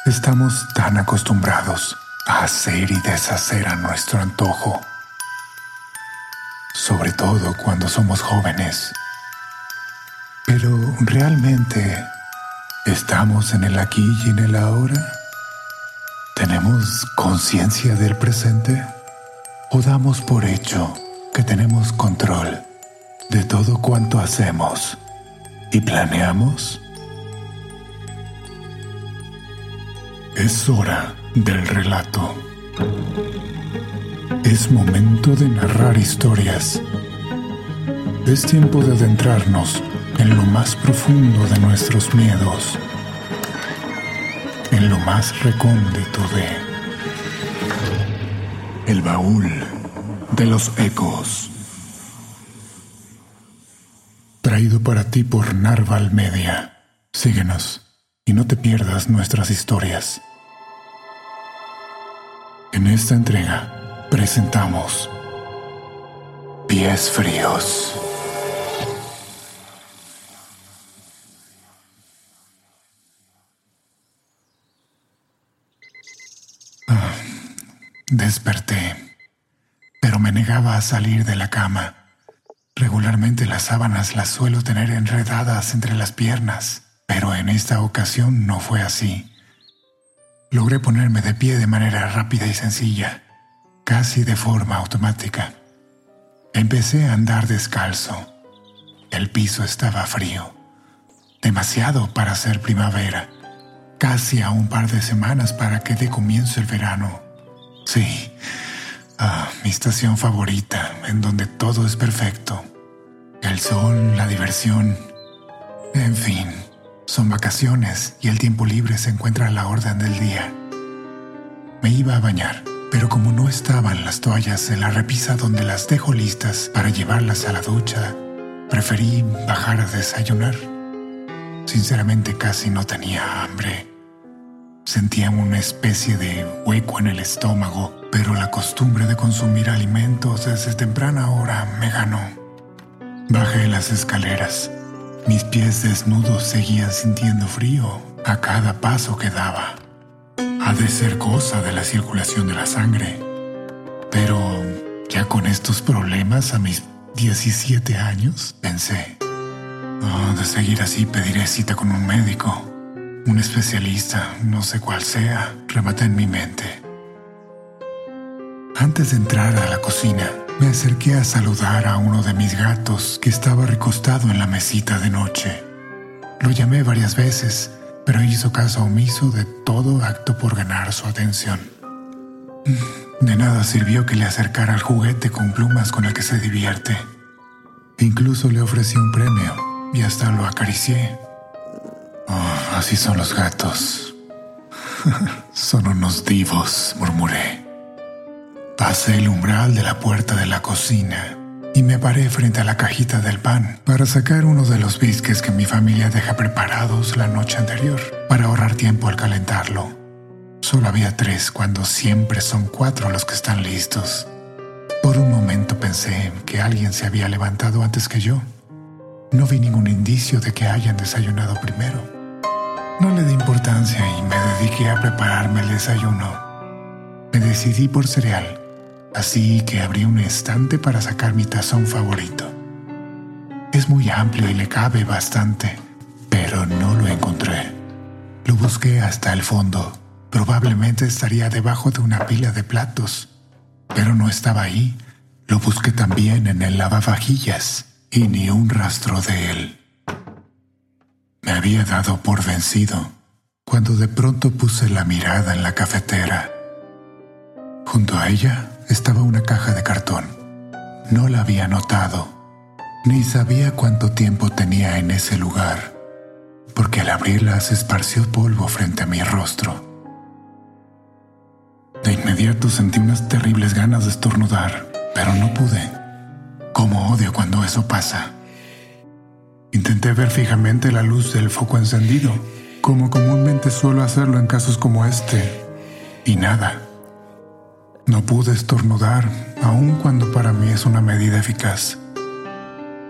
Estamos tan acostumbrados a hacer y deshacer a nuestro antojo, sobre todo cuando somos jóvenes. Pero ¿realmente estamos en el aquí y en el ahora? ¿Tenemos conciencia del presente? ¿O damos por hecho que tenemos control de todo cuanto hacemos y planeamos? Es hora del relato. Es momento de narrar historias. Es tiempo de adentrarnos en lo más profundo de nuestros miedos, en lo más recóndito de el baúl de los ecos. Traído para ti por Narval Media. Síguenos y no te pierdas nuestras historias. En esta entrega presentamos Pies Fríos. Desperté, pero me negaba a salir de la cama. Regularmente las sábanas las suelo tener enredadas entre las piernas, pero en esta ocasión no fue así. Logré ponerme de pie de manera rápida y sencilla, casi de forma automática. Empecé a andar descalzo. El piso estaba frío, demasiado para ser primavera, casi a un par de semanas para que dé comienzo el verano. Sí, mi estación favorita, en donde todo es perfecto. El sol, la diversión, en fin, son vacaciones y el tiempo libre se encuentra a la orden del día. Me iba a bañar, pero como no estaban las toallas en la repisa donde las dejo listas para llevarlas a la ducha, preferí bajar a desayunar. Sinceramente casi no tenía hambre. Sentía una especie de hueco en el estómago, pero la costumbre de consumir alimentos desde temprana hora me ganó. Bajé las escaleras. Mis pies desnudos seguían sintiendo frío a cada paso que daba. Ha de ser cosa de la circulación de la sangre. Pero ya con estos problemas a mis 17 años, pensé, de seguir así pediré cita con un médico. Un especialista, no sé cuál sea, rematé en mi mente. Antes de entrar a la cocina, me acerqué a saludar a uno de mis gatos que estaba recostado en la mesita de noche. Lo llamé varias veces, pero hizo caso omiso de todo acto por ganar su atención. De nada sirvió que le acercara el juguete con plumas con el que se divierte. Incluso le ofrecí un premio y hasta lo acaricié. Así son los gatos. Son unos divos, murmuré. Pasé el umbral de la puerta de la cocina y me paré frente a la cajita del pan para sacar uno de los biscuits que mi familia deja preparados la noche anterior para ahorrar tiempo al calentarlo. Solo había 3 cuando siempre son 4 los que están listos. Por un momento pensé que alguien se había levantado antes que yo. No vi ningún indicio de que hayan desayunado primero. No le di importancia y me dediqué a prepararme el desayuno. Me decidí por cereal, así que abrí un estante para sacar mi tazón favorito. Es muy amplio y le cabe bastante, pero no lo encontré. Lo busqué hasta el fondo. Probablemente estaría debajo de una pila de platos, pero no estaba ahí. Lo busqué también en el lavavajillas y ni un rastro de él. Me había dado por vencido cuando de pronto puse la mirada en la cafetera. Junto a ella estaba una caja de cartón. No la había notado, ni sabía cuánto tiempo tenía en ese lugar, porque al abrirla se esparció polvo frente a mi rostro. De inmediato sentí unas terribles ganas de estornudar, pero no pude. Cómo odio cuando eso pasa. Intenté ver fijamente la luz del foco encendido, como comúnmente suelo hacerlo en casos como este, y nada. No pude estornudar, aun cuando para mí es una medida eficaz.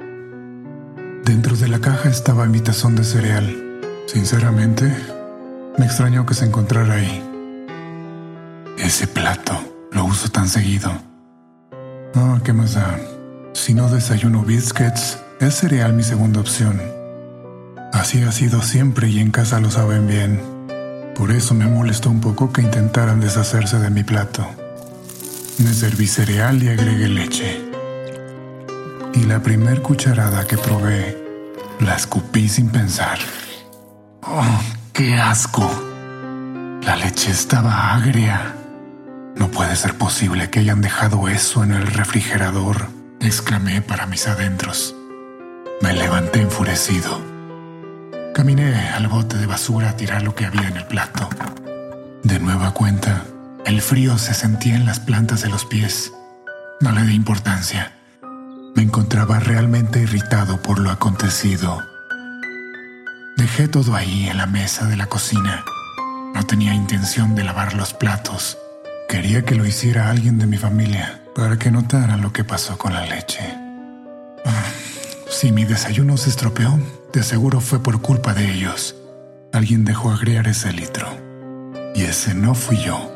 Dentro de la caja estaba mi tazón de cereal. Sinceramente, Me extrañó que se encontrara ahí. Ese plato lo uso tan seguido. ¿Qué más da? Si no desayuno biscuits, es cereal mi segunda opción. Así ha sido siempre y en casa lo saben bien. Por eso me molestó un poco que intentaran deshacerse de mi plato. Me serví cereal y agregué leche. Y la primer cucharada que probé, la escupí sin pensar. ¡Oh, qué asco! La leche estaba agria. No puede ser posible que hayan dejado eso en el refrigerador, exclamé para mis adentros. Me levanté enfurecido. Caminé al bote de basura a tirar lo que había en el plato. De nueva cuenta, el frío se sentía en las plantas de los pies. No le di importancia. Me encontraba realmente irritado por lo acontecido. Dejé todo ahí en la mesa de la cocina. No tenía intención de lavar los platos. Quería que lo hiciera alguien de mi familia para que notaran lo que pasó con la leche. Si mi desayuno se estropeó, de seguro fue por culpa de ellos. Alguien dejó agriar ese litro. Y ese no fui yo.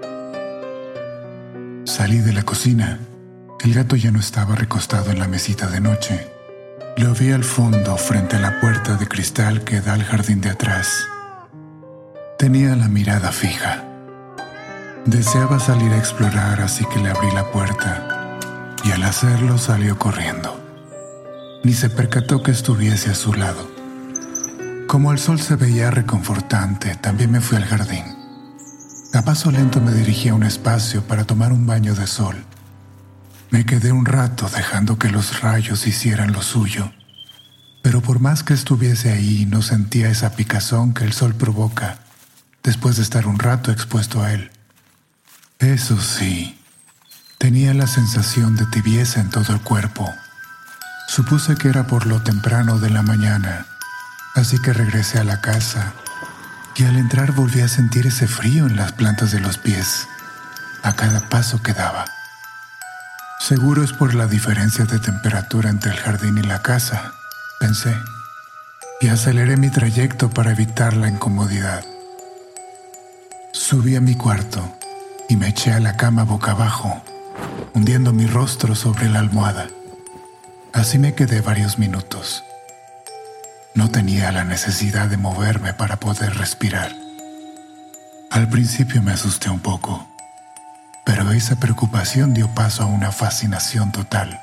Salí de la cocina. El gato ya no estaba recostado en la mesita de noche. Lo vi al fondo frente a la puerta de cristal que da al jardín de atrás. Tenía la mirada fija. Deseaba salir a explorar, así que le abrí la puerta. Y al hacerlo salió corriendo. Ni se percató que estuviese a su lado. Como el sol se veía reconfortante, también me fui al jardín. A paso lento me dirigí a un espacio para tomar un baño de sol. Me quedé un rato dejando que los rayos hicieran lo suyo, pero por más que estuviese ahí no sentía esa picazón que el sol provoca después de estar un rato expuesto a él. Eso sí, tenía la sensación de tibieza en todo el cuerpo. Supuse que era por lo temprano de la mañana, así que regresé a la casa y al entrar volví a sentir ese frío en las plantas de los pies a cada paso que daba. Seguro es por la diferencia de temperatura entre el jardín y la casa, pensé, y aceleré mi trayecto para evitar la incomodidad. Subí a mi cuarto y me eché a la cama boca abajo, hundiendo mi rostro sobre la almohada. Así me quedé varios minutos. No tenía la necesidad de moverme para poder respirar. Al principio me asusté un poco, pero esa preocupación dio paso a una fascinación total.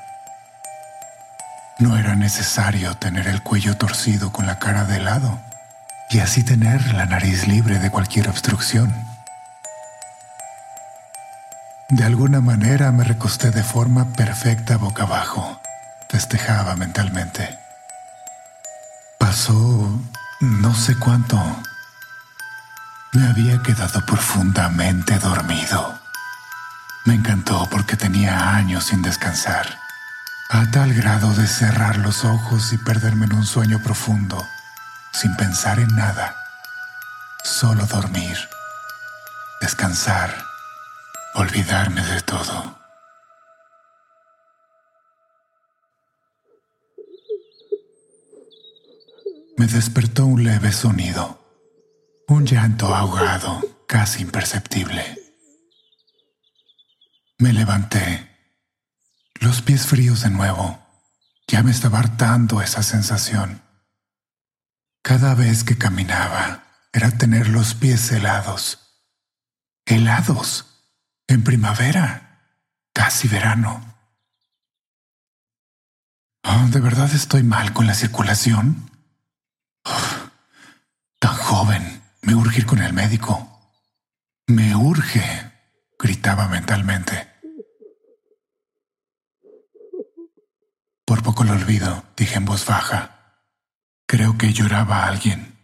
No era necesario tener el cuello torcido con la cara de lado y así tener la nariz libre de cualquier obstrucción. De alguna manera me recosté de forma perfecta boca abajo. Festejaba mentalmente. Pasó no sé cuánto. Me había quedado profundamente dormido. Me encantó porque tenía años sin descansar, a tal grado de cerrar los ojos y perderme en un sueño profundo, sin pensar en nada, solo dormir, descansar, olvidarme de todo. Me despertó un leve sonido, un llanto ahogado, casi imperceptible. Me levanté, los pies fríos de nuevo. Ya me estaba hartando esa sensación. Cada vez que caminaba era tener los pies helados. Helados, en primavera, casi verano. ¿De verdad estoy mal con la circulación? Tan joven, me urge ir con el médico. Me urge, gritaba mentalmente. Por poco lo olvido, dije en voz baja. Creo que lloraba alguien.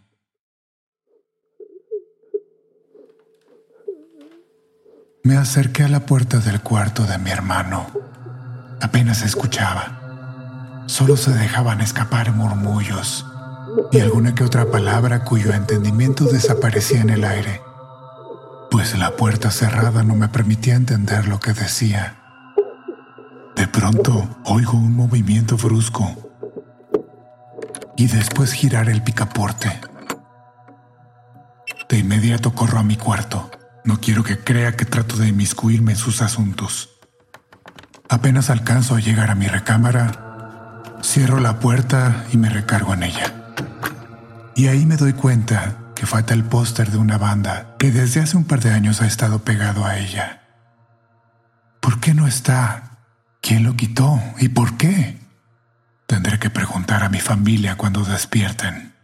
Me acerqué a la puerta del cuarto de mi hermano. Apenas escuchaba. Solo se dejaban escapar murmullos y alguna que otra palabra cuyo entendimiento desaparecía en el aire, pues la puerta cerrada no me permitía entender lo que decía. De pronto oigo un movimiento brusco y después girar el picaporte. De inmediato corro a mi cuarto. No quiero que crea que trato de inmiscuirme en sus asuntos. Apenas alcanzo a llegar a mi recámara, cierro la puerta y me recargo en ella. Y ahí me doy cuenta que falta el póster de una banda que desde hace un par de años ha estado pegado a ella. ¿Por qué no está? ¿Quién lo quitó? ¿Y por qué? Tendré que preguntar a mi familia cuando despierten.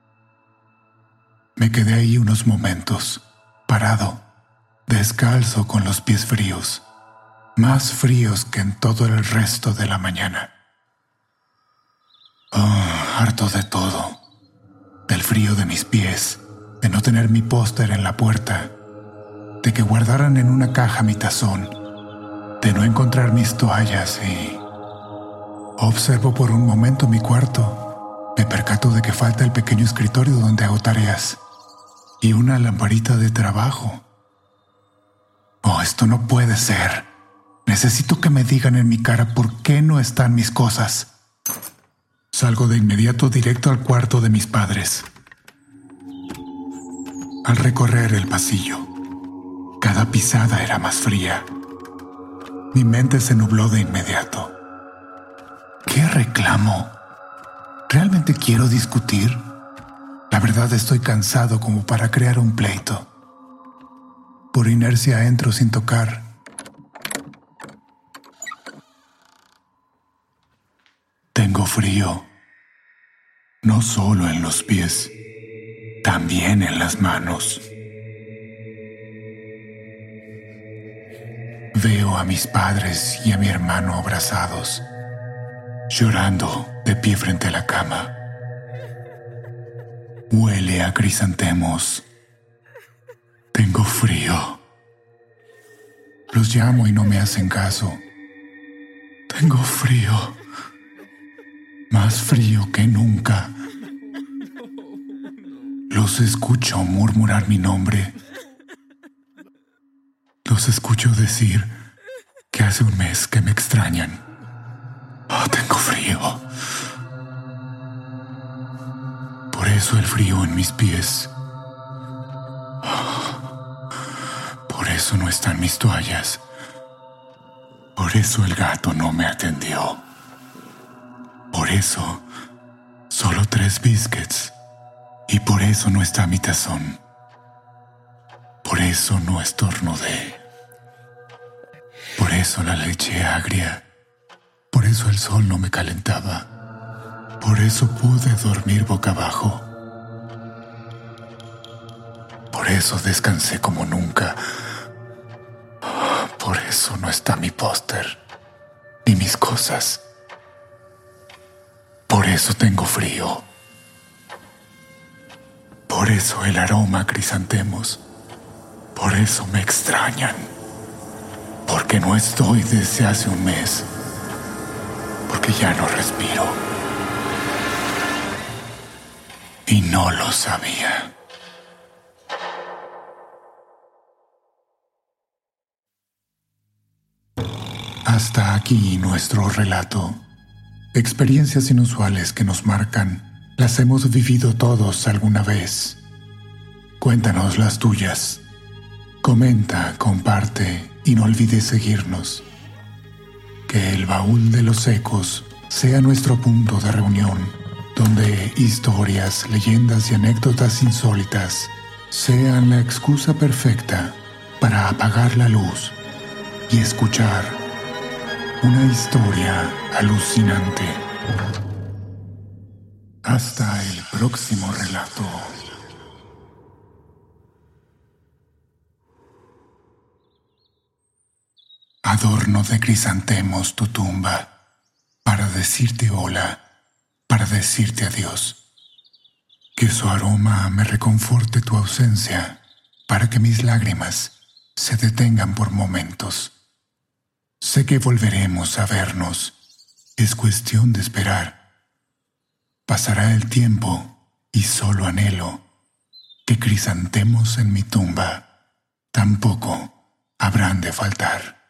Me quedé ahí unos momentos, parado, descalzo con los pies fríos, más fríos que en todo el resto de la mañana. Harto de todo, del frío de mis pies, de no tener mi póster en la puerta, de que guardaran en una caja mi tazón, de no encontrar mis toallas y... Observo por un momento mi cuarto. Me percato de que falta el pequeño escritorio donde hago tareas y una lamparita de trabajo. Esto no puede ser. Necesito que me digan en mi cara por qué no están mis cosas. Salgo de inmediato directo al cuarto de mis padres. Al recorrer el pasillo, cada pisada era más fría. Mi mente se nubló de inmediato. ¿Qué reclamo? ¿Realmente quiero discutir? La verdad estoy cansado como para crear un pleito. Por inercia entro sin tocar. Tengo frío. No solo en los pies, también en las manos. Veo a mis padres y a mi hermano abrazados, llorando de pie frente a la cama. Huele a crisantemos. Tengo frío. Los llamo y no me hacen caso. Tengo frío. Más frío que nunca. Los escucho murmurar mi nombre. Los escucho decir que hace un mes que me extrañan. Tengo frío. Por eso el frío en mis pies. Por eso no están mis toallas. Por eso el gato no me atendió. Por eso solo 3 biscuits. Y por eso no está mi tazón. Por eso no estornudé. Por eso la leche agria. Por eso el sol no me calentaba. Por eso pude dormir boca abajo. Por eso descansé como nunca. Por eso no está mi póster, ni mis cosas. Por eso tengo frío. Por eso el aroma a crisantemos. Por eso me extrañan. Porque no estoy desde hace un mes. Porque ya no respiro. Y no lo sabía. Hasta aquí nuestro relato. Experiencias inusuales que nos marcan, las hemos vivido todos alguna vez. Cuéntanos las tuyas. Comenta, comparte y no olvides seguirnos. Que el baúl de los ecos sea nuestro punto de reunión, donde historias, leyendas y anécdotas insólitas sean la excusa perfecta para apagar la luz y escuchar una historia alucinante. Hasta el próximo relato. Adorno de crisantemos tu tumba, para decirte hola, para decirte adiós. Que su aroma me reconforte tu ausencia, para que mis lágrimas se detengan por momentos. Sé que volveremos a vernos, es cuestión de esperar. Pasará el tiempo y solo anhelo que crisantemos en mi tumba tampoco habrán de faltar.